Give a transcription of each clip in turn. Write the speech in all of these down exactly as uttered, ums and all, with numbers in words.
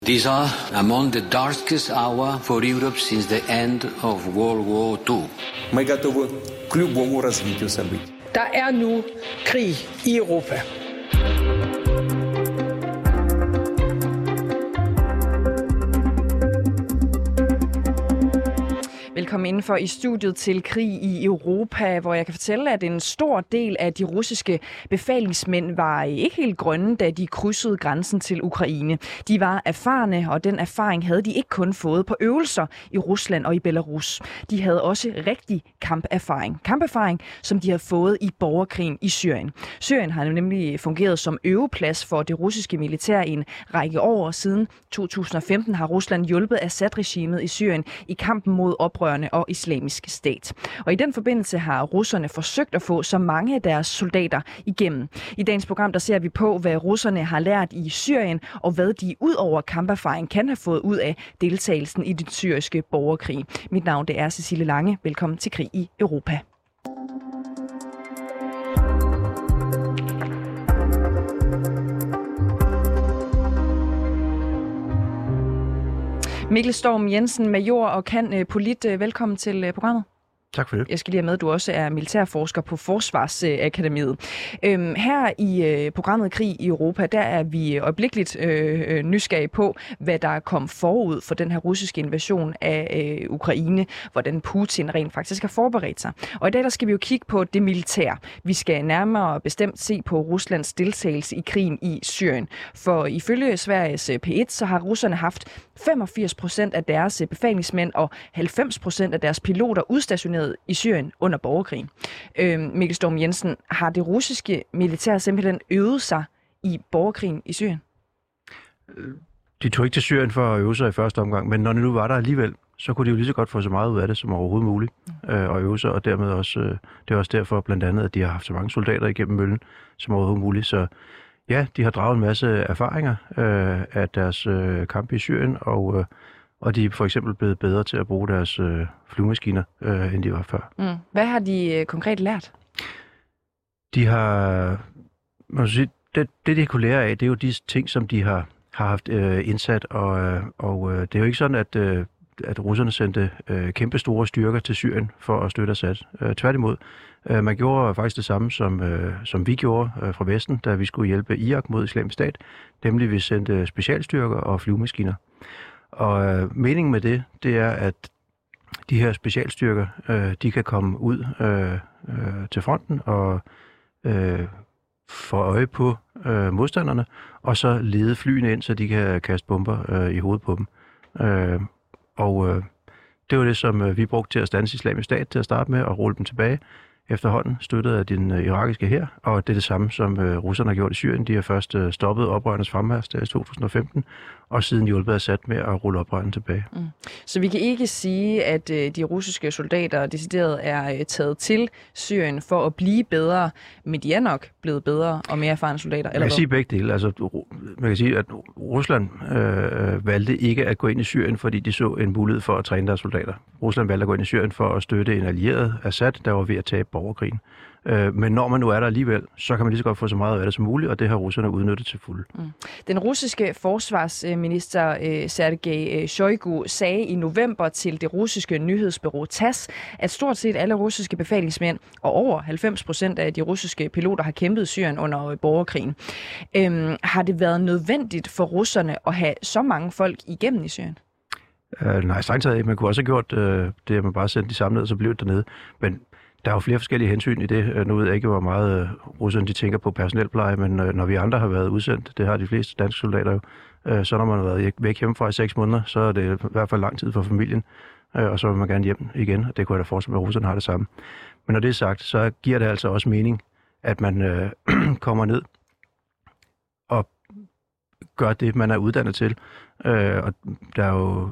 These are among the darkest hour for Europe since the end of World War Two. Мы готовы к любому развитию событий. Der er nu krig i Europa. Velkommen indenfor i studiet til Krig i Europa, hvor jeg kan fortælle, at en stor del af de russiske befalingsmænd var ikke helt grønne, da de krydsede grænsen til Ukraine. De var erfarne, og den erfaring havde de ikke kun fået på øvelser i Rusland og i Belarus. De havde også rigtig kamperfaring. Kamperfaring, som de havde fået i borgerkrigen i Syrien. Syrien har nemlig fungeret som øveplads for det russiske militær i en række år. Siden to tusind og femten har Rusland hjulpet Assad-regimet i Syrien i kampen mod oprørerne og islamisk stat. Og i den forbindelse har russerne forsøgt at få så mange af deres soldater igennem. I dagens program der ser vi på, hvad russerne har lært i Syrien, og hvad de ud over kamperfaring kan have fået ud af deltagelsen i den syriske borgerkrig. Mit navn det er Cecilie Lange. Velkommen til Krig i Europa. Mikkel Storm Jensen, major og kan polit. Velkommen til programmet. Tak for det. Jeg skal lige have med, at du også er militærforsker på Forsvarsakademiet. Øhm, her i øh, programmet Krig i Europa, der er vi øjeblikkeligt øh, nysgerrige på, hvad der kom forud for den her russiske invasion af øh, Ukraine, hvordan Putin rent faktisk har forberedt sig. Og i dag der skal vi jo kigge på det militær. Vi skal nærmere bestemt se på Ruslands deltagelse i krigen i Syrien. For ifølge Sveriges P et, så har russerne haft femogfirs procent af deres befalingsmænd og halvfems procent af deres piloter udstationeret i Syrien under borgerkrigen. Øhm, Mikkel Storm Jensen, har det russiske militær simpelthen øvet sig i borgerkrigen i Syrien? De tog ikke til Syrien for at øve sig i første omgang, men når de nu var der alligevel, så kunne de jo lige så godt få så meget ud af det som overhovedet muligt øh, at øve sig, og dermed også, øh, det er også derfor blandt andet, at de har haft så mange soldater igennem møllen som overhovedet muligt. Så ja, de har draget en masse erfaringer øh, af deres øh, kamp i Syrien, og øh, Og de er for eksempel blevet bedre til at bruge deres øh, flyvemaskiner, øh, end de var før. Mm. Hvad har de øh, konkret lært? De har, man sige, det, det de kunne lære af, det er jo de ting, som de har, har haft øh, indsat. Og, øh, og øh, det er jo ikke sådan, at, øh, at russerne sendte øh, kæmpe store styrker til Syrien for at støtte Assad. Øh, tværtimod, øh, man gjorde faktisk det samme, som, øh, som vi gjorde øh, fra Vesten, da vi skulle hjælpe Irak mod Islamisk Stat. Nemlig vi sendte specialstyrker og flyvemaskiner. Og øh, meningen med det, det er, at de her specialstyrker, øh, de kan komme ud øh, øh, til fronten og øh, få øje på øh, modstanderne, og så lede flyene ind, så de kan kaste bomber øh, i hovedet på dem. Øh, og øh, det var det, som øh, vi brugte til at standse Islamisk Stat til at starte med og rulle dem tilbage efterhånden, støttet af den øh, irakiske hær, og det er det samme, som øh, russerne har gjort i Syrien. De har først øh, stoppet oprørernes fremmarch der i to tusind og femten, og siden hjulpet Assad med at rulle oprørerne tilbage. Mm. Så vi kan ikke sige, at øh, de russiske soldater decideret er øh, taget til Syrien for at blive bedre, men de er nok blevet bedre og mere erfarne soldater, eller hvad? Jeg kan hvad? sige begge dele. Altså, man kan sige, at Rusland øh, valgte ikke at gå ind i Syrien, fordi de så en mulighed for at træne deres soldater. Rusland valgte at gå ind i Syrien for at støtte en allieret, Assad, der var ved at tabe borgerkrigen. Men når man nu er der alligevel, så kan man lige så godt få så meget af det som muligt, og det har russerne udnyttet til fuld. Mm. Den russiske forsvarsminister Sergej Shoigu sagde i november til det russiske nyhedsbureau T A S, at stort set alle russiske befalingsmænd og over halvfems procent af de russiske piloter har kæmpet i Syrien under borgerkrigen. Øhm, har det været nødvendigt for russerne at have så mange folk igennem i Syrien? Uh, nej, strengt taget ikke. Man kunne også have gjort uh, det, at man bare sendte de samme ned, og så blev det dernede. Men der er jo flere forskellige hensyn i det. Nu ved jeg ikke, hvor meget russerne de tænker på personelpleje, men når vi andre har været udsendt, det har de fleste danske soldater jo, så når man har været væk hjemmefra i seks måneder, så er det i hvert fald lang tid for familien, og så vil man gerne hjem igen. Det kunne jeg da forestille mig, at russerne har det samme. Men når det er sagt, så giver det altså også mening, at man øh, kommer ned og gør det, man er uddannet til. Øh, og der er jo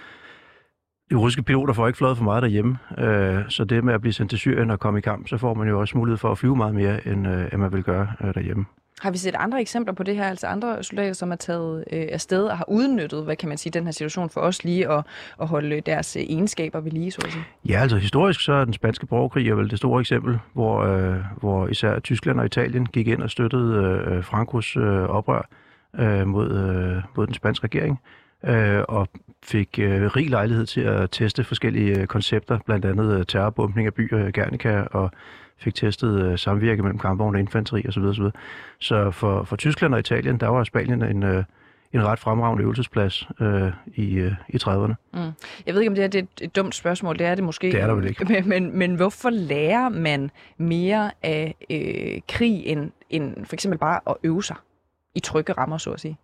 De russiske piloter får ikke fløjet for meget derhjemme, øh, så det med at blive sendt til Syrien og komme i kamp, så får man jo også mulighed for at flyve meget mere, end, øh, end man vil gøre øh, derhjemme. Har vi set andre eksempler på det her, altså andre soldater, som er taget øh, afsted og har udnyttet, hvad kan man sige, den her situation for os lige at, at holde deres egenskaber ved lige, så at sige? Ja, altså historisk så er den spanske borgerkrig er vel det store eksempel, hvor, øh, hvor især Tyskland og Italien gik ind og støttede øh, Francos øh, oprør øh, mod, øh, mod den spanske regering. øh, og fik øh, rig lejlighed til at teste forskellige øh, koncepter, blandt andet øh, terrorbombning af byer, Guernica, og fik testet øh, samvirke mellem kampvogne og infanteri osv. osv. Så for, for Tyskland og Italien, der var Spanien en, øh, en ret fremragende øvelsesplads øh, i, øh, i trediverne. Mm. Jeg ved ikke, om det er, det er et, et dumt spørgsmål. Det er det måske. Det er der vel ikke. Men, men, men hvorfor lærer man mere af øh, krig, end, end for eksempel bare at øve sig i trygge rammer, så at sige?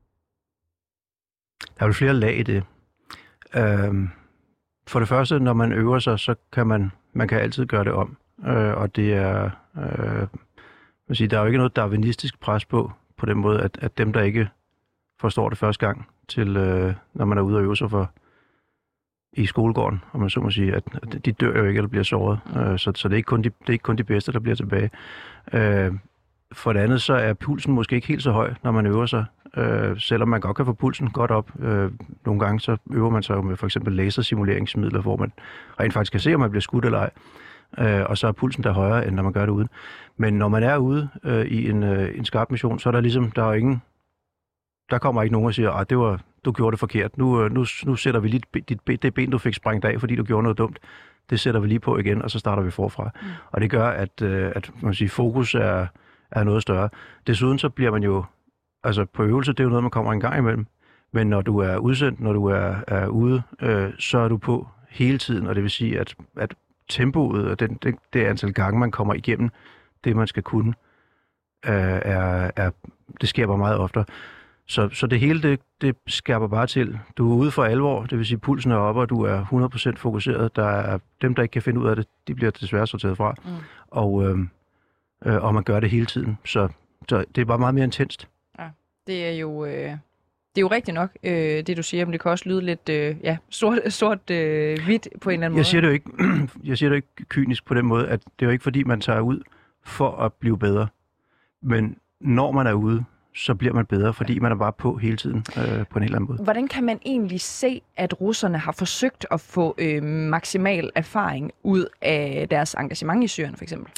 Der er jo flere lag i det. Øhm, for det første, når man øver sig, så kan man, man kan altid gøre det om. Øh, og det er, øh, vil sige, der er jo ikke noget darwinistisk pres på, på den måde, at, at dem, der ikke forstår det første gang, til øh, når man er ude og øve sig for i skolegården, og man så må sige, at, at de dør jo ikke eller bliver såret. Øh, så så det, er ikke kun de, det er ikke kun de bedste, der bliver tilbage. Øh, for det andet, så er pulsen måske ikke helt så høj, når man øver sig. Øh, selvom man godt kan få pulsen godt op. Øh, nogle gange så øver man sig jo med for eksempel lasersimuleringsmidler, hvor man rent faktisk kan se, om man bliver skudt eller ej. Øh, og så er pulsen der højere, end når man gør det uden. Men når man er ude øh, i en, øh, en skarp mission, så er der ligesom, der er ingen, der kommer ikke nogen og siger, at det var, du gjorde det forkert. Nu, øh, nu, nu sætter vi lige dit, dit, det ben, du fik sprængt af, fordi du gjorde noget dumt. Det sætter vi lige på igen, og så starter vi forfra. Mm. Og det gør, at, øh, at man siger, fokus er, er noget større. Desuden så bliver man jo, altså på øvelse, det er jo noget, man kommer en gang imellem. Men når du er udsendt, når du er, er ude, øh, så er du på hele tiden, og det vil sige, at, at tempoet og den, det, det antal gange, man kommer igennem det, man skal kunne, øh, er, er, det sker bare meget oftere. Så, så det hele, det, det skærper bare til. Du er ude for alvor, det vil sige, pulsen er oppe, og du er hundrede procent fokuseret. Der er dem, der ikke kan finde ud af det, de bliver desværre sorteret fra. Mm. Og, øh, øh, og man gør det hele tiden. Så, så det er bare meget mere intenst. Ja, det er jo... Øh... Det er jo rigtigt nok, øh, det du siger, men det kan også lyde lidt øh, ja, sort, sort øh, hvidt på en eller anden måde. Jeg siger det jo ikke, jeg siger det ikke kynisk på den måde, at det er jo ikke fordi, man tager ud for at blive bedre. Men når man er ude, så bliver man bedre, fordi man er bare på hele tiden øh, på en helt anden måde. Hvordan kan man egentlig se, at russerne har forsøgt at få øh, maksimal erfaring ud af deres engagement i Syrien, for eksempel?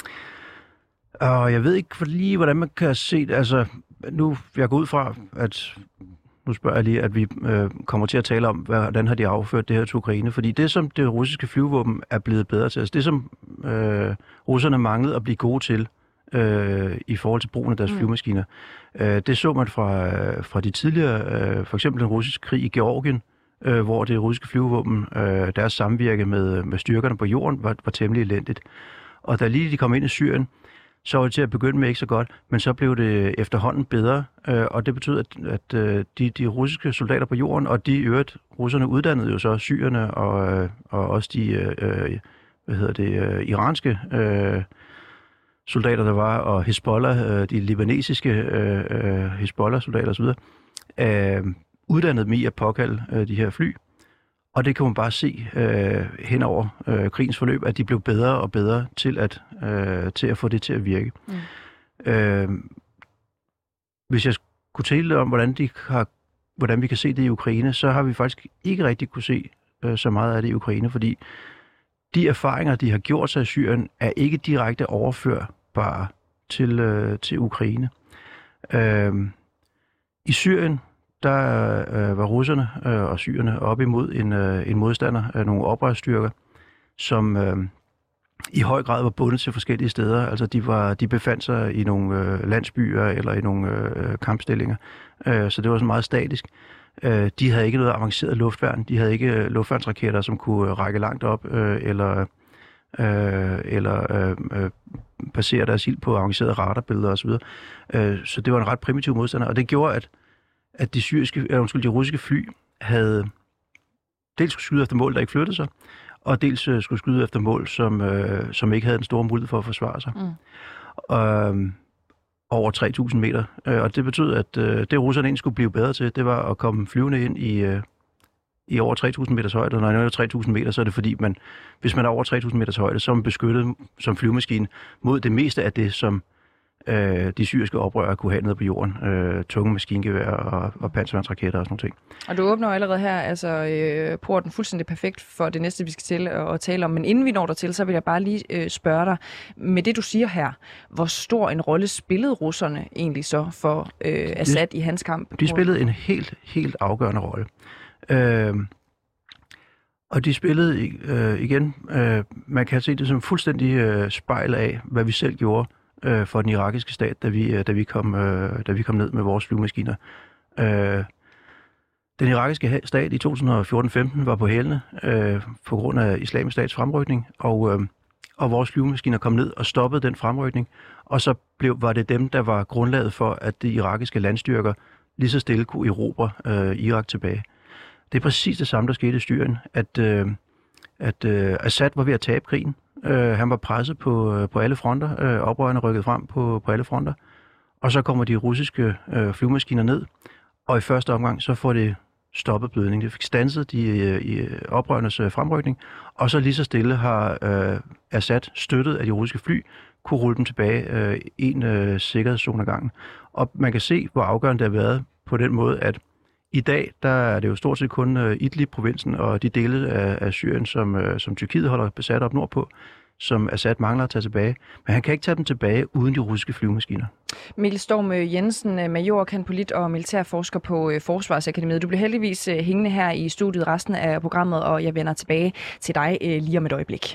Og jeg ved ikke for lige, hvordan man kan se det. Altså, nu jeg går ud fra, at... Nu spørger jeg lige, at vi øh, kommer til at tale om, hvordan har de afført det her til Ukraine. Fordi det, som det russiske flyvevåben er blevet bedre til, altså det, som øh, russerne manglede at blive gode til øh, i forhold til brugen af deres mm. flyvemaskiner, øh, det så man fra, øh, fra de tidligere, øh, for eksempel den russiske krig i Georgien, øh, hvor det russiske flyvevåben, øh, deres samvirke med, med styrkerne på jorden, var, var temmelig elendigt. Og da lige de kom ind i Syrien, så var det til at begynde med ikke så godt, men så blev det efterhånden bedre, øh, og det betød, at, at øh, de, de russiske soldater på jorden, og de øvrigt, russerne uddannede jo så syrerne, og, øh, og også de øh, hvad hedder det, øh, iranske øh, soldater, der var, og Hezbollah, øh, de libanesiske øh, Hezbollah-soldater osv., øh, uddannede dem i at påkalde øh, de her fly. Og det kan man bare se øh, hen over øh, krigens forløb, at de blev bedre og bedre til at, øh, til at få det til at virke. Mm. Øh, hvis jeg skulle tale om, hvordan, de har, hvordan vi kan se det i Ukraine, så har vi faktisk ikke rigtig kunne se øh, så meget af det i Ukraine, fordi de erfaringer, de har gjort sig i Syrien, er ikke direkte overførbare til, øh, til Ukraine. Øh, I Syrien, der øh, var russerne øh, og syrerne op imod en, øh, en modstander af nogle oprørsstyrker, som øh, i høj grad var bundet til forskellige steder. Altså de, var, de befandt sig i nogle øh, landsbyer eller i nogle øh, kampstillinger, øh, så det var så meget statisk. Øh, de havde ikke noget avanceret luftværn, de havde ikke luftværnsraketter, som kunne række langt op, øh, eller, øh, eller øh, øh, basere deres ild på avancerede radarbilleder osv. Øh, så det var en ret primitiv modstander, og det gjorde, at at de, syriske, eller undskyld, de russiske fly havde dels skulle skyde efter mål, der ikke flyttede sig, og dels uh, skulle skyde efter mål, som, uh, som ikke havde en stor mulighed for at forsvare sig. Mm. Uh, over tre tusind meter. Uh, og det betød, at uh, det russerne egentlig skulle blive bedre til, det var at komme flyvende ind i, uh, i over tre tusind meters højde. Og når man er tre tusind meter, så er det fordi, man, hvis man er over tre tusind meters højde, så er man beskyttet som flyvemaskine mod det meste af det, som øh, de syriske oprørere kunne have nede på jorden. Øh, tunge maskingevær og, og panserværnsraketter og sådan noget ting. Og du åbner allerede her altså, øh, porten fuldstændig perfekt for det næste, vi skal til at, at tale om. Men inden vi når dertil, så vil jeg bare lige øh, spørge dig, med det du siger her, hvor stor en rolle spillede russerne egentlig så for øh, Assad de, i hans kamp? De spillede en helt, helt afgørende rolle. Øh, og de spillede øh, igen, øh, man kan se det som fuldstændig øh, spejl af, hvad vi selv gjorde øh, for den irakiske stat, da vi, øh, da vi, kom, øh, da vi kom ned med vores flyvemaskiner. Øh, den irakiske stat i to tusind og fjorten femten var på hælene øh, på grund af Islamisk Stats fremrykning, og, øh, og vores flyvemaskiner kom ned og stoppede den fremrykning, og så blev, var det dem, der var grundlaget for, at de irakiske landstyrker lige så stille kunne erobre øh, Irak tilbage. Det er præcis det samme, der skete i Syrien, at, øh, at øh, Assad var ved at tabe krigen. Øh, han var presset på, øh, på alle fronter, øh, oprørerne rykkede frem på, på alle fronter, og så kommer de russiske øh, flyvemaskiner ned, og i første omgang så får det stoppet blødning. Det fik standset de, øh, i oprørernes øh, fremrykning, og så lige så stille har øh, Assad støttet af de russiske fly, kunne rulle dem tilbage øh, en øh, sikkerhedszone ad gangen. Og man kan se, hvor afgørende det har været på den måde, at i dag, der er det jo stort set kun uh, Idlib-provinsen og de dele af, af Syrien, som, uh, som Tyrkiet holder besat op nordpå, som Assad mangler at tage tilbage. Men han kan ikke tage dem tilbage uden de russiske flyvemaskiner. Mikkel Storm Jensen, major, kanpolit og militærforsker på uh, Forsvarsakademiet. Du bliver heldigvis uh, hængende her i studiet resten af programmet, og jeg vender tilbage til dig uh, lige om et øjeblik.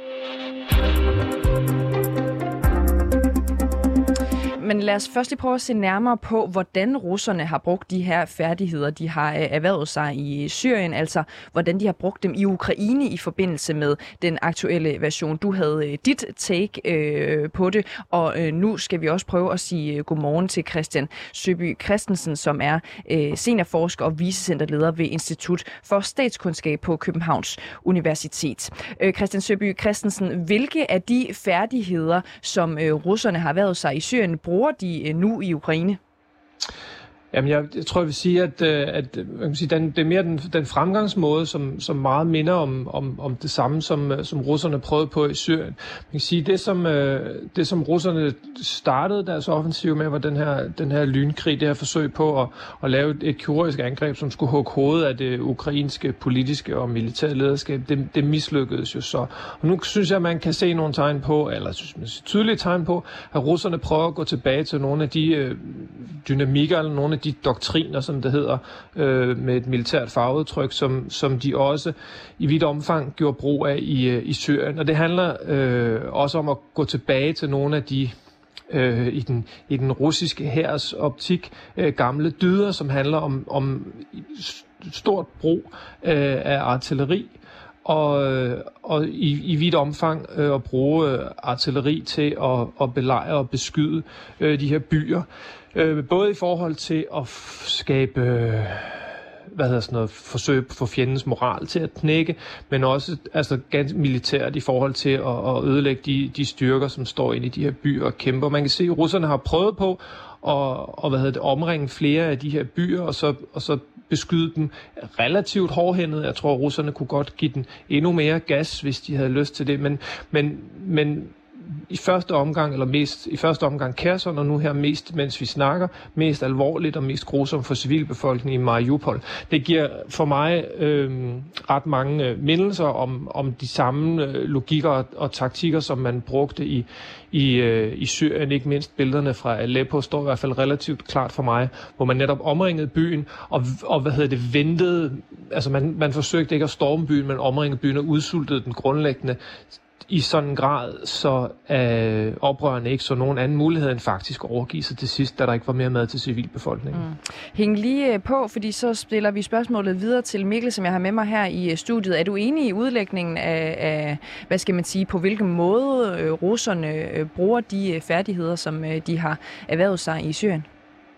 Men lad os først lige prøve at se nærmere på, hvordan russerne har brugt de her færdigheder, de har erhvervet sig i Syrien, altså hvordan de har brugt dem i Ukraine i forbindelse med den aktuelle version. Du havde dit take øh, på det, og øh, nu skal vi også prøve at sige godmorgen til Christian Søby Christensen, som er øh, seniorforsker og vicecenterleder ved Institut for Statskundskab på Københavns Universitet. Øh, Christian Søby Christensen, hvilke af de færdigheder, som øh, russerne har erhvervet sig i Syrien, bruger de nu i Ukraine? Jamen, jeg, jeg tror, jeg vil sige, at, at man kan sige, den, det er mere den, den fremgangsmåde, som, som meget minder om, om, om det samme, som, som russerne prøvede på i Syrien. Man kan sige, det som, det som russerne startede deres offensiv med, var den her, den her lynkrig, det her forsøg på at, at lave et, et kirurgisk angreb, som skulle hugge hovedet af det ukrainske politiske og militære lederskab. Det, det mislykkedes jo så. Og nu synes jeg, man kan se nogle tegn på, eller synes man tydelige tegn på, at russerne prøver at gå tilbage til nogle af de øh, dynamikker, eller nogle af de doktriner, som det hedder, øh, med et militært farveudtryk, som, som de også i vidt omfang gjorde brug af i, i Syrien. Og det handler øh, også om at gå tilbage til nogle af de øh, i, den, i den russiske hærs optik øh, gamle dyder, som handler om, om stort brug øh, af artilleri, og, og i, i vidt omfang øh, at bruge øh, artilleri til at, at belejre og beskyde øh, de her byer. Øh, både i forhold til at skabe øh, hvad hedder sådan noget, forsøg på fjendens moral til at knække, men også altså, ganske militært i forhold til at, at ødelægge de, de styrker, som står inde i de her byer og kæmper. Man kan se, at russerne har prøvet på at, og, hvad hedder det, omringe flere af de her byer, og så, og så beskyde dem relativt hårdhændet. Jeg tror, at russerne kunne godt give den endnu mere gas, hvis de havde lyst til det, men, men, men i første omgang, eller mest i første omgang Kherson, og nu her mest, mens vi snakker, mest alvorligt og mest grusomt for civilbefolkningen i Mariupol. Det giver for mig øh, ret mange øh, mindelser om, om de samme øh, logikker og, og taktikker, som man brugte i, i, øh, i Syrien. Ikke mindst billederne fra Aleppo står i hvert fald relativt klart for mig, hvor man netop omringede byen, og, og hvad hedder det, ventede, altså man, man forsøgte ikke at storme byen, men omringede byen og udsultede den grundlæggende i sådan en grad, så øh, oprørerne ikke så nogen anden mulighed end faktisk at overgive sig til sidst, da der ikke var mere mad til civilbefolkningen. Mm. Hæng lige på, fordi så stiller vi spørgsmålet videre til Mikkel, som jeg har med mig her i studiet. Er du enig i udlægningen af, af hvad skal man sige, på hvilken måde øh, russerne øh, bruger de færdigheder, som øh, de har erhvervet sig i Syrien?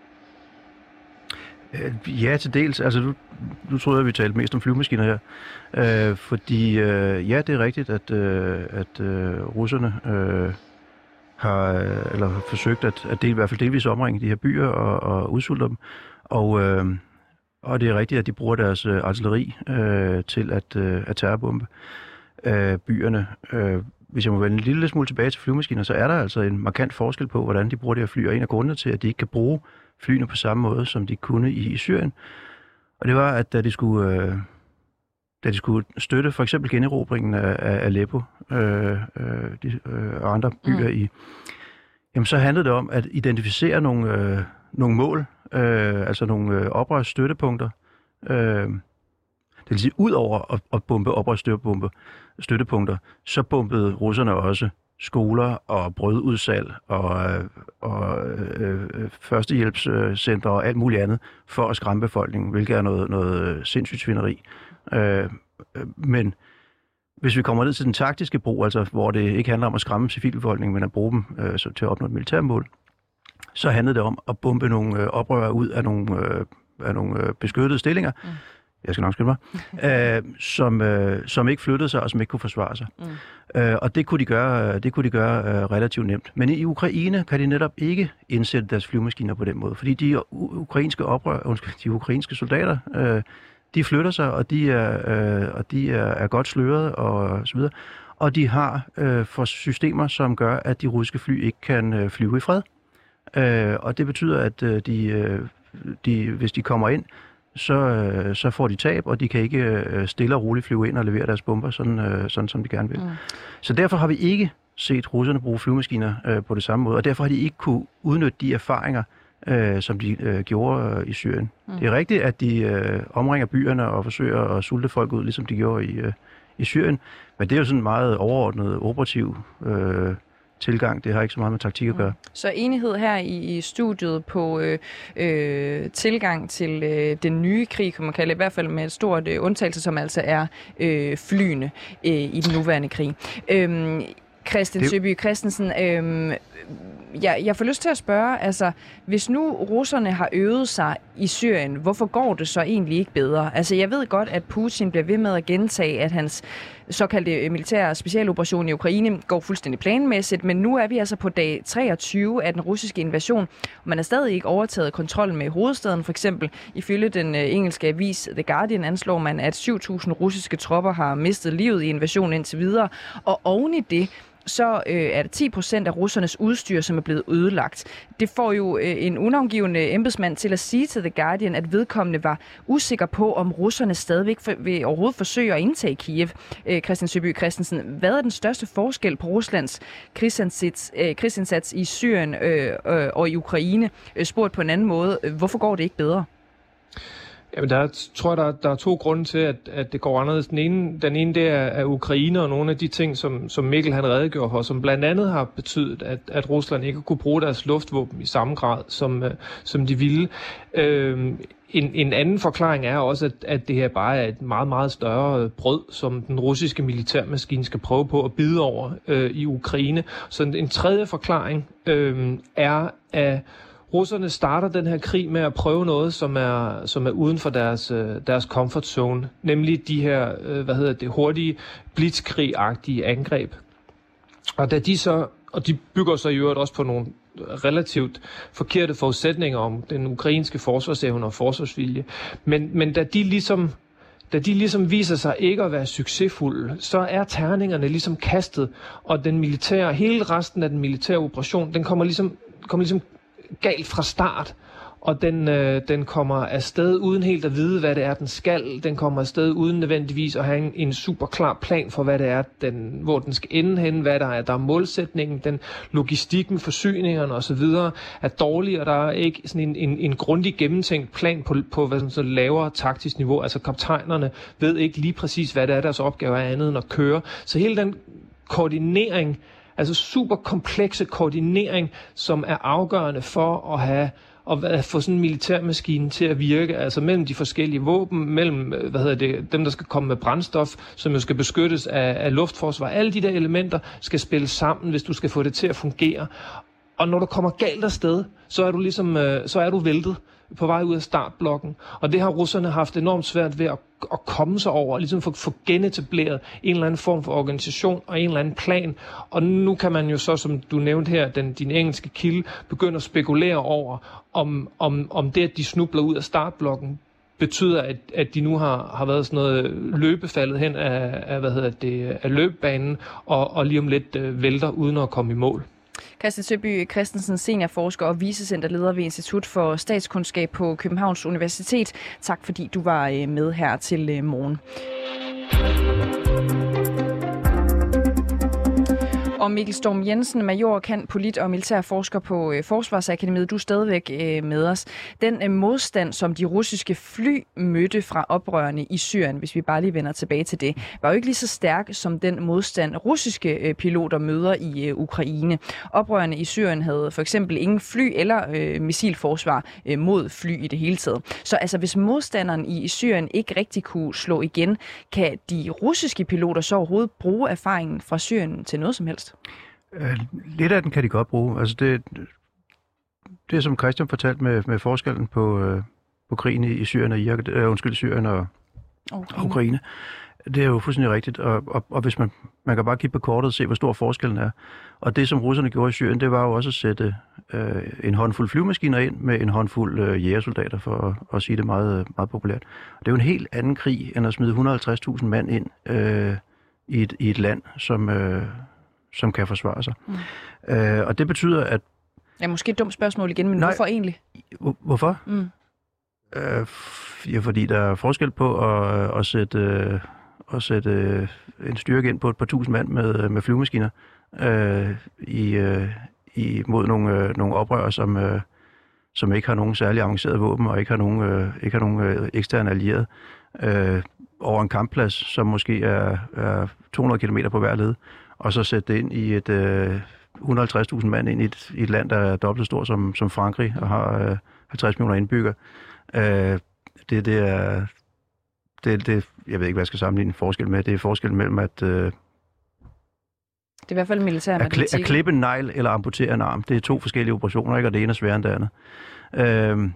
Ja, til dels. Altså, nu, nu troede jeg, vi talte mest om flyvemaskiner her. Øh, fordi, øh, ja, det er rigtigt, at, øh, at øh, russerne øh, har, eller har forsøgt at, at del, i hvert fald delvis omringe de her byer og, og udsulte dem. Og, øh, og det er rigtigt, at de bruger deres øh, artilleri øh, til at, øh, at terrorbombe øh, byerne. Øh, hvis jeg må vende en lille smule tilbage til flyvemaskiner, så er der altså en markant forskel på, hvordan de bruger de her fly, og en af grundene til, at de ikke kan bruge flyene på samme måde, som de kunne i, i Syrien. Og det var, at da de skulle, øh, da de skulle støtte for eksempel generobringen af, af Aleppo øh, øh, de, øh, og andre byer, mm. i, jamen, så handlede det om at identificere nogle, øh, nogle mål, øh, altså nogle øh, oprørsstøttepunkter. Øh, det vil sige, ud over at, at bombe oprørsstøttepunkter, så bombede russerne også skoler og brødudsalg og, og øh, førstehjælpscentre og alt muligt andet for at skræmme befolkningen, hvilket er noget, noget sindssygt svineri. Øh, men hvis vi kommer ned til den taktiske brug, altså hvor det ikke handler om at skræmme civilbefolkningen, men at bruge dem øh, så til at opnå et militærmål, så handlede det om at bombe nogle øh, oprørere ud af nogle, øh, af nogle øh, beskyttede stillinger, mm. jeg skal nok skynde mig, øh, som, øh, som ikke flyttede sig og som ikke kunne forsvare sig. Mm. Øh, og det kunne de gøre, det kunne de gøre øh, relativt nemt. Men i Ukraine kan de netop ikke indsætte deres flyvemaskiner på den måde, fordi de ukrainske oprør, undskyld, de ukrainske soldater, øh, de flytter sig, og de er, øh, og de er, er godt sløret og så videre. Og de har øh, for systemer, som gør, at de russiske fly ikke kan øh, flyve i fred. Øh, og det betyder, at øh, de, øh, de, hvis de kommer ind, så, øh, så får de tab, og de kan ikke øh, stille og roligt flyve ind og levere deres bomber, sådan, øh, sådan som de gerne vil. Mm. Så derfor har vi ikke set russerne bruge flyvemaskiner øh, på det samme måde, og derfor har de ikke kunne udnytte de erfaringer, øh, som de øh, gjorde øh, i Syrien. Mm. Det er rigtigt, at de øh, omringer byerne og forsøger at sulte folk ud, ligesom de gjorde i, øh, i Syrien, men det er jo sådan en meget overordnet operativ øh, tilgang. Det har ikke så meget med taktik at gøre. Så enighed her i, i studiet på øh, øh, tilgang til øh, den nye krig, kan man kalde det, i hvert fald med et stort øh, undtagelse, som altså er øh, flyene øh, i den nuværende krig. Øh, Christian det... Søby Christensen, øh, jeg, jeg får lyst til at spørge, altså, hvis nu russerne har øvet sig i Syrien, hvorfor går det så egentlig ikke bedre? Altså, jeg ved godt, at Putin bliver ved med at gentage, at hans såkaldte militære specialoperation i Ukraine går fuldstændig planmæssigt, men nu er vi altså på dag treogtyve af den russiske invasion, og man har stadig ikke overtaget kontrollen med hovedstaden. For eksempel, ifølge den engelske avis The Guardian anslår man, at syv tusind russiske tropper har mistet livet i invasionen indtil videre, og oven i det, så øh, er det ti procent af russernes udstyr, som er blevet ødelagt. Det får jo øh, en unavngivende embedsmand til at sige til The Guardian, at vedkommende var usikker på, om russerne stadigvæk for, vil overhovedet forsøge at indtage Kiev. Øh, Christian Søby Christensen, hvad er den største forskel på Ruslands krigsindsats, øh, krigsindsats i Syrien øh, øh, og i Ukraine? Øh, spurgt på en anden måde, hvorfor går det ikke bedre? Jamen, der tror jeg, der, der er to grunde til, at, at det går anderledes. Den ene, den ene det er, er Ukraine og nogle af de ting, som, som Mikkel han redegjorde for, som blandt andet har betydet, at, at Rusland ikke kunne bruge deres luftvåben i samme grad, som, som de ville. Øhm, en, en anden forklaring er også, at, at det her bare er et meget, meget større brød, som den russiske militærmaskine skal prøve på at bide over øh, i Ukraine. Så en, en tredje forklaring øh, er, at russerne starter den her krig med at prøve noget, som er, som er uden for deres, deres comfort zone, nemlig de her, hvad hedder det, hurtige, blitzkrig-agtige angreb. Og da de så, og de bygger sig i øvrigt også på nogle relativt forkerte forudsætninger om den ukrainske forsvarsevne og forsvarsvilje, men, men da de ligesom Da de ligesom viser sig ikke at være succesfulde, så er terningerne ligesom kastet, og den militære, hele resten af den militære operation, den kommer ligesom, kommer ligesom galt fra start, og den, øh, den kommer afsted uden helt at vide, hvad det er, den skal. Den kommer afsted uden nødvendigvis at have en, en super klar plan for, hvad det er, den, hvor den skal ende hen, hvad der er, der er målsætningen, den logistikken, forsyningerne osv. er dårlige, og der er ikke sådan en, en, en grundig gennemtænkt plan på, på hvad sådan, så lavere taktisk niveau. Altså kaptajnerne ved ikke lige præcis, hvad det er, deres opgave er andet end at køre. Så hele den koordinering, altså super komplekse koordinering, som er afgørende for at have og at få sådan en militærmaskine til at virke, altså mellem de forskellige våben, mellem hvad hedder det, dem, der skal komme med brændstof, som jo skal beskyttes af, af luftforsvar. Alle de der elementer skal spille sammen, hvis du skal få det til at fungere. Og når du kommer galt afsted, så er du ligesom, så er du væltet på vej ud af startblokken. Og det har russerne haft enormt svært ved at, at komme sig over, og ligesom få, få genetableret en eller anden form for organisation og en eller anden plan. Og nu kan man jo så, som du nævnte her, den, din engelske kilde, begynde at spekulere over, om, om, om det, at de snubler ud af startblokken, betyder, at, at de nu har, har været sådan noget løbefaldet hen af, af, hvad hedder det, af løbebanen, og, og lige om lidt øh, vælter uden at komme i mål. Christian Søby Christensen, seniorforsker og vicecenterleder ved Institut for Statskundskab på Københavns Universitet. Tak fordi du var med her til morgen. Og Mikkel Storm Jensen, major, kant, polit- og militærforsker på øh, Forsvarsakademiet. Du er stadigvæk øh, med os. Den øh, modstand, som de russiske fly mødte fra oprørerne i Syrien, hvis vi bare lige vender tilbage til det, var jo ikke lige så stærk som den modstand, russiske øh, piloter møder i øh, Ukraine. Oprørerne i Syrien havde for eksempel ingen fly eller øh, missilforsvar øh, mod fly i det hele taget. Så altså, hvis modstanderen i Syrien ikke rigtig kunne slå igen, kan de russiske piloter så overhovedet bruge erfaringen fra Syrien til noget som helst? Lidt af den kan de godt bruge. Altså det, det som Christian fortalte med, med forskellen på, øh, på krigen i Syrien og Irak, øh, undskyld, Syrien og, okay. og Ukraine, det er jo fuldstændig rigtigt. Og, og, og hvis man, man kan bare kigge på kortet og se, hvor stor forskellen er. Og det, som russerne gjorde i Syrien, det var jo også at sætte øh, en håndfuld flymaskiner ind med en håndfuld øh, jægersoldater, for at, at sige det meget, meget populært. Og det er jo en helt anden krig, end at smide et hundrede og halvtreds tusind mand ind øh, i, et, i et land, som... Øh, som kan forsvare sig. Mm. Øh, og det betyder, at... Ja, måske et dumt spørgsmål igen, men nej, hvorfor egentlig? Hvorfor? Mm. Øh, ja, fordi der er forskel på at, at sætte, øh, at sætte øh, en styrke ind på et par tusind mand med, med flyvemaskiner øh, i, øh, i, mod nogle, øh, nogle oprørere, som, øh, som ikke har nogen særlig avanceret våben og ikke har nogen, øh, ikke har nogen øh, eksterne allierede øh, over en kampplads, som måske er, er to hundrede kilometer på hver led, og så sætte det ind i et øh, et hundrede og halvtreds tusind mand ind i et, i et land, der er dobbelt så stort som, som Frankrig og har øh, halvtreds millioner indbyggere. Øh, det, det er... Det, det, jeg ved ikke, hvad jeg skal sammenligne en forskel med. Det er forskel mellem at... Øh, det er i hvert fald militær matematik. At, at klippe en negl eller amputere en arm. Det er to forskellige operationer, ikke? Og det ene er sværere end det andet. Øh,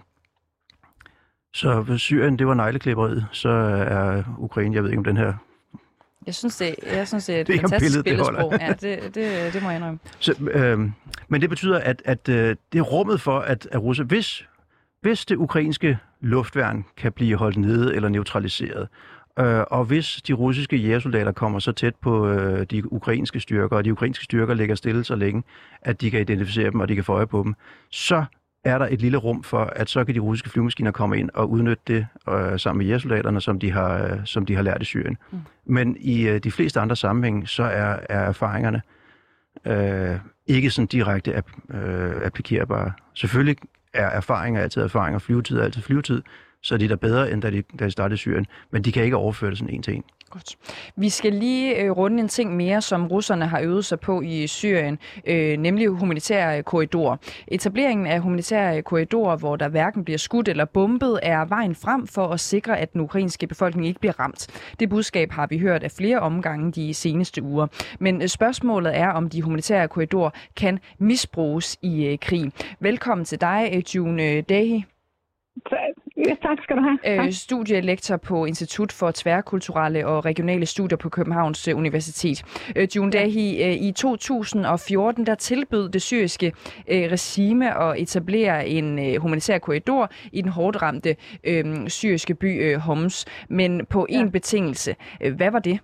så Syrien, det var negleklipperiet. Så er Ukraine, jeg ved ikke om den her... Jeg synes, det, jeg synes, det er et det fantastisk billedsprog. Ja, det, det, det må jeg indrømme. Så, øh, men det betyder, at, at øh, det er rummet for, at, at Rusland, hvis, hvis det ukrainske luftværn kan blive holdt nede eller neutraliseret, øh, og hvis de russiske jægersoldater kommer så tæt på øh, de ukrainske styrker, og de ukrainske styrker ligger stille så længe, at de kan identificere dem, og de kan få øje på dem, så er der et lille rum for, at så kan de russiske flyvemaskiner komme ind og udnytte det øh, sammen med jægersoldaterne, som de har, øh, som de har lært i Syrien. Mm. Men i øh, de fleste andre sammenhænge, så er, er erfaringerne øh, ikke sådan direkte ap, øh, applikerbare. Selvfølgelig er erfaringer altid erfaringer, flyvetid er altid flyvetid, så er de der bedre, end da de, da de startede i Syrien. Men de kan ikke overføre det sådan en til en. Godt. Vi skal lige øh, runde en ting mere, som russerne har øvet sig på i Syrien, øh, nemlig humanitære korridorer. Etableringen af humanitære korridorer, hvor der hverken bliver skudt eller bombet, er vejen frem for at sikre, at den ukrainske befolkning ikke bliver ramt. Det budskab har vi hørt af flere omgange de seneste uger. Men spørgsmålet er, om de humanitære korridorer kan misbruges i øh, krig. Velkommen til dig, June Dahi. Ja, tak skal du have. Øh, studielektor på Institut for Tværkulturelle og Regionale Studier på Københavns Universitet. Øh, June Dahi, øh, i to tusind og fjorten der tilbød det syriske øh, regime at etablere en øh, humanitær korridor i den hårdt ramte øh, syriske by øh, Homs, men på en ja. betingelse. Øh, hvad var det?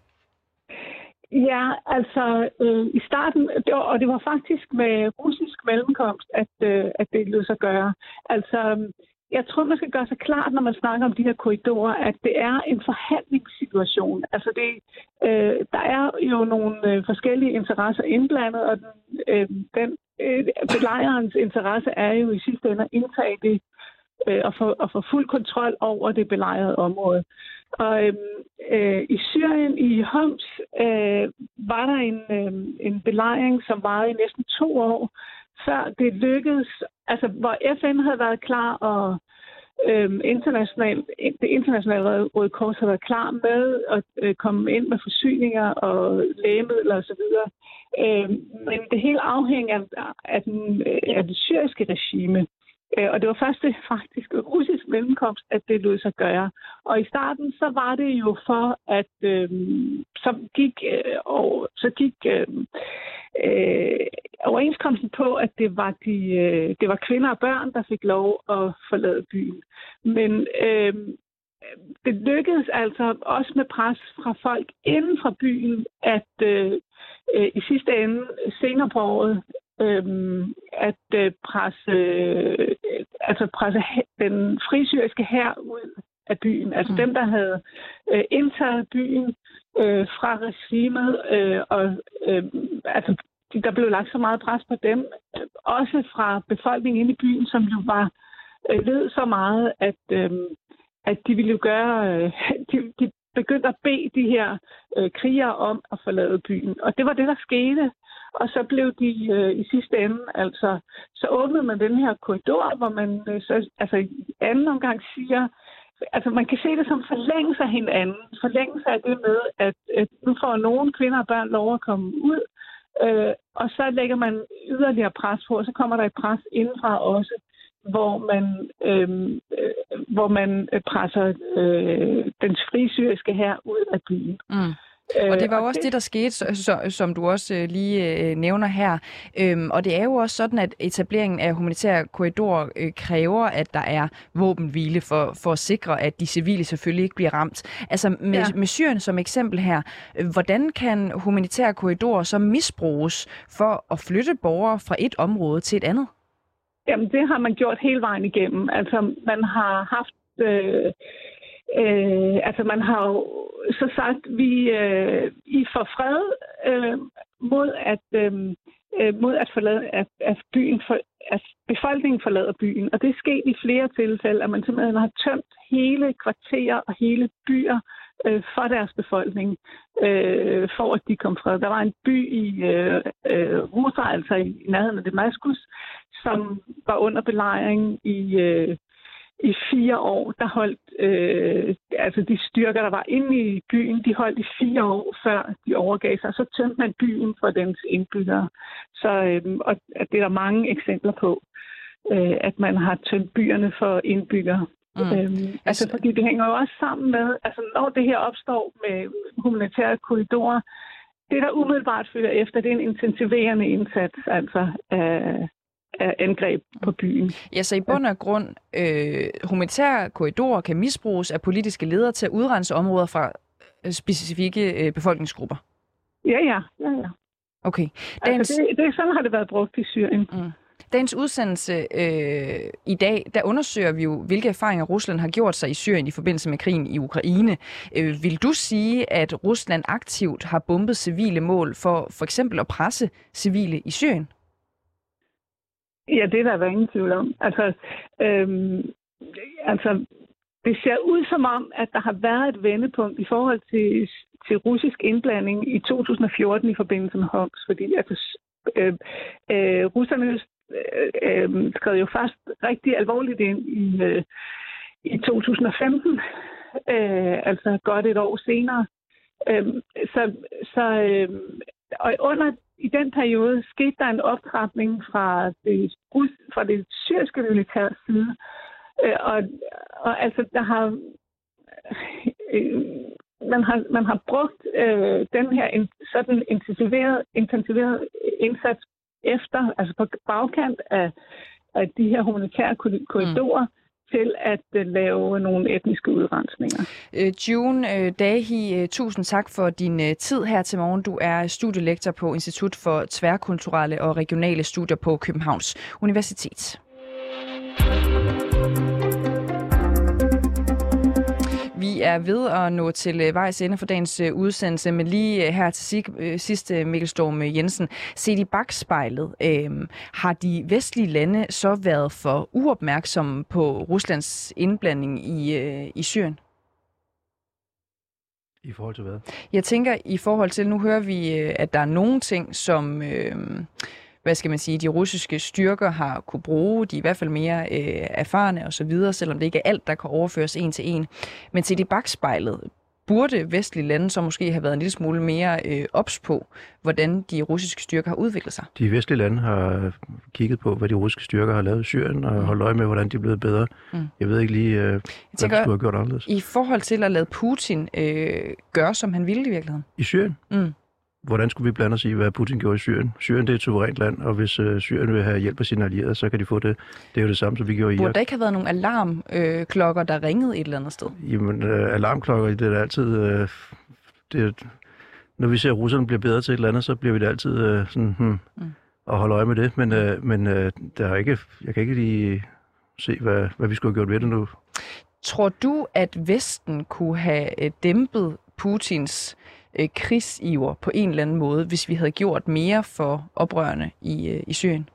Ja, altså øh, i starten, det var, og det var faktisk med russisk mellemkomst, at, øh, at det lød sig gøre. Altså, jeg tror, man skal gøre sig klart, når man snakker om de her korridorer, at det er en forhandlingssituation. Altså, det, øh, der er jo nogle øh, forskellige interesser indblandet, og den, øh, den øh, belejrens interesse er jo i sidste ende at indtage det øh, og, få, og få fuld kontrol over det belejrede område. Og øh, øh, i Syrien, i Homs, øh, var der en, øh, en belejring, som varede i næsten to år, før det lykkedes, altså hvor F N havde været klar, og øhm, international, det internationale Røde Kors havde været klar med at øh, komme ind med forsyninger og lægemidler osv. Øhm, men det hele afhænger af, af, den, af det syriske regime. Øh, og det var først det faktisk russisk mellemkomst, at det lod sig gøre. Og i starten så var det jo for, at øh, så gik, øh, og, så gik øh, øh, overenskomsten på, at det var, de, øh, det var kvinder og børn, der fik lov at forlade byen. Men øh, det lykkedes altså også med pres fra folk inden fra byen, at øh, øh, i sidste ende senere på året, øh, at øh, presse, øh, altså presse den frisyriske hær ud af byen. Altså mm. dem, der havde øh, indtaget byen øh, fra regimet, øh, og øh, altså der blev lagt så meget pres på dem, øh, også fra befolkningen inde i byen, som jo var øh, led så meget, at øh, at de ville jo gøre, øh, de, de begyndte at bede de her øh, krigere om at forlade byen. Og det var det, der skete. Og så blev de øh, i sidste ende, altså, så åbnede man den her korridor, hvor man øh, så, altså i anden omgang siger, altså man kan se det som forlængelse af hinanden. Forlængelse af det med, at, at nu får nogle kvinder og børn lov at komme ud, øh, og så lægger man yderligere pres på, og så kommer der et pres indenfra også, hvor man, øh, øh, hvor man presser øh, den frisyriske hær ud af byen. Mm. Og det var jo også det, der skete, så, så, som du også øh, lige øh, nævner her. Øhm, og det er jo også sådan, at etableringen af humanitære korridorer øh, kræver, at der er våbenhvile for, for at sikre, at de civile selvfølgelig ikke bliver ramt. Altså med, ja. med Syrien som eksempel her, øh, hvordan kan humanitære korridorer så misbruges for at flytte borgere fra et område til et andet? Jamen, det har man gjort hele vejen igennem. Altså, man har haft... Øh, øh, altså, man har jo så sagt, vi øh, I får fred øh, mod at øh, mod at forlade at, at byen for, at befolkningen forlader byen. Og det er sket i flere tilfælde, at man simpelthen har tømt hele kvarterer og hele byer øh, for deres befolkning, øh, for at de kom fred. Der var en by i øh, øh, Rusa, altså i nærheden af Damaskus, som var under belejring i, øh, i fire år. Der holdt, øh, altså de styrker, der var inde i byen, de holdt i fire år, før de overgav sig. Så tømte man byen for dens indbyggere. Så, øh, og det er der mange eksempler på, øh, at man har tømt byerne for indbyggere. Mm. Øhm, altså, altså, fordi det hænger jo også sammen med, altså når det her opstår med humanitære korridorer, det der umiddelbart følger efter, det er en intensiverende indsats, altså af, af angreb på byen. Ja, så i bund og grund, øh, humanitære korridorer kan misbruges af politiske ledere til at udrense områder fra øh, specifikke øh, befolkningsgrupper. Ja, ja, ja, ja. Okay. Dagens... Altså, det, det, sådan har det været brugt i Syrien. Mm. Dagens udsendelse øh, i dag, der undersøger vi jo, hvilke erfaringer Rusland har gjort sig i Syrien i forbindelse med krigen i Ukraine. Øh, vil du sige, at Rusland aktivt har bombet civile mål for for eksempel at presse civile i Syrien? Ja, det er der ingen tvivl om. Altså, øhm, altså, det ser ud som om, at der har været et vendepunkt i forhold til, til russisk indblanding i to tusind og fjorten i forbindelse med Homs, fordi altså, øh, øh, russerne øh, skrev jo først rigtig alvorligt ind i, øh, i to tusind og femten, øh, altså godt et år senere. Øh, så så øh, og under i den periode skete der en optrapning fra det, fra det syriske militærs side, øh, og, og altså der har øh, man har man har brugt øh, den her en, sådan intensiveret intensiveret indsats efter, altså på bagkant af, af de her humanitære korridorer, mm. til at uh, lave nogle etniske udrensninger. Øh, June øh, Dahi, øh, tusind tak for din øh, tid her til morgen. Du er studielektor på Institut for Tværkulturelle og Regionale Studier på Københavns Universitet. Vi er ved at nå til vejs ende for dagens udsendelse, men lige her til sidst, Mikkel Storm Jensen, set i bakspejlet, øh, har de vestlige lande så været for uopmærksomme på Ruslands indblanding i, øh, i Syrien? I forhold til hvad? Jeg tænker i forhold til, nu hører vi, at der er nogle ting, som... Øh, hvad skal man sige, de russiske styrker har kunne bruge. De er i hvert fald mere øh, erfarne og så videre, selvom det ikke er alt, der kan overføres en til en. Men til det bakspejlet, burde vestlige lande så måske have været en lille smule mere øh, ops på, hvordan de russiske styrker har udviklet sig? De vestlige lande har kigget på, hvad de russiske styrker har lavet i Syrien, og mm. holdt øje med, hvordan de er blevet bedre. Mm. Jeg ved ikke lige, øh, hvad de skulle have gjort anderledes. I forhold til at lade Putin øh, gøre, som han ville i virkeligheden? I Syrien? Mm. hvordan skulle vi blande os i, hvad Putin gjorde i Syrien? Syrien det er et suverænt land, og hvis øh, Syrien vil have hjælp af sine allierede, så kan de få det. Det er jo det samme, som vi gjorde i Irak. Burde der ikke have været nogle alarmklokker, øh, der ringede et eller andet sted? Jamen, øh, alarmklokker, det er da altid... Øh, det, når vi ser, at russerne bliver bedre til et eller andet, så bliver vi da altid øh, sådan... Hmm, mm. at holde øje med det, men, øh, men øh, der er ikke, jeg kan ikke lige se, hvad, hvad vi skulle have gjort ved det nu. Tror du, at Vesten kunne have øh, dæmpet Putins øh, krigsiver på en eller anden måde, hvis vi havde gjort mere for oprørerne i, øh, i Syrien?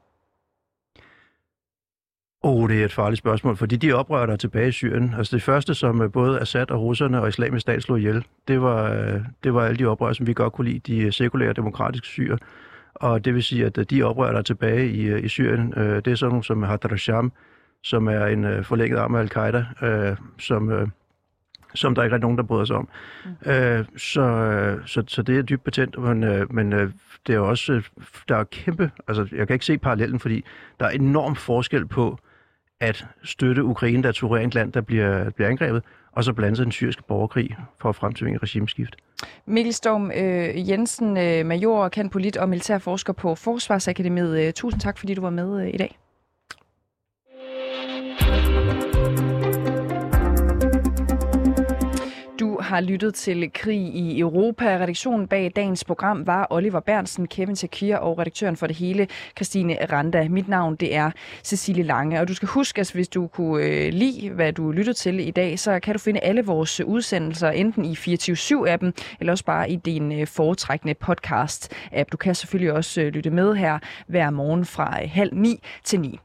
Åh, oh, det er et farligt spørgsmål, fordi de oprørere, der er tilbage i Syrien, altså det første, som både Assad og russerne og Islamisk Stat slog ihjel, det var, det var alle de oprørere, som vi godt kunne lide, de sekulære demokratiske syrer. Og det vil sige, at de oprørere, der er tilbage i, i Syrien, det er sådan nogle som Hadr al-Sham, som er en forlænget arm af al-Qaida, som, som der ikke er nogen, der bryder sig om. Mm. Så, så, så det er dybt patent, men, men det er også, der er kæmpe, altså jeg kan ikke se parallellen, fordi der er enorm forskel på at støtte Ukraine, der er et suverænt land, der bliver, bliver angrebet, og så blande sig den syriske borgerkrig for at fremtvinge regimeskift. Mikkel Storm øh, Jensen, øh, major, kendt og militærforsker på Forsvarsakademiet. Øh, tusind tak, fordi du var med øh, i dag. Du har lyttet til Krig i Europa. Redaktionen bag dagens program var Oliver Bernsen, Kevin Shakir og redaktøren for det hele, Christine Randa. Mit navn det er Cecilie Lange. Og du skal huske, at hvis du kunne øh, lide, hvad du lyttede til i dag, så kan du finde alle vores udsendelser enten i fireogtyve syv-appen, eller også bare i din øh, foretrækkende podcast-app. Du kan selvfølgelig også øh, lytte med her hver morgen fra øh, halv ni til ni.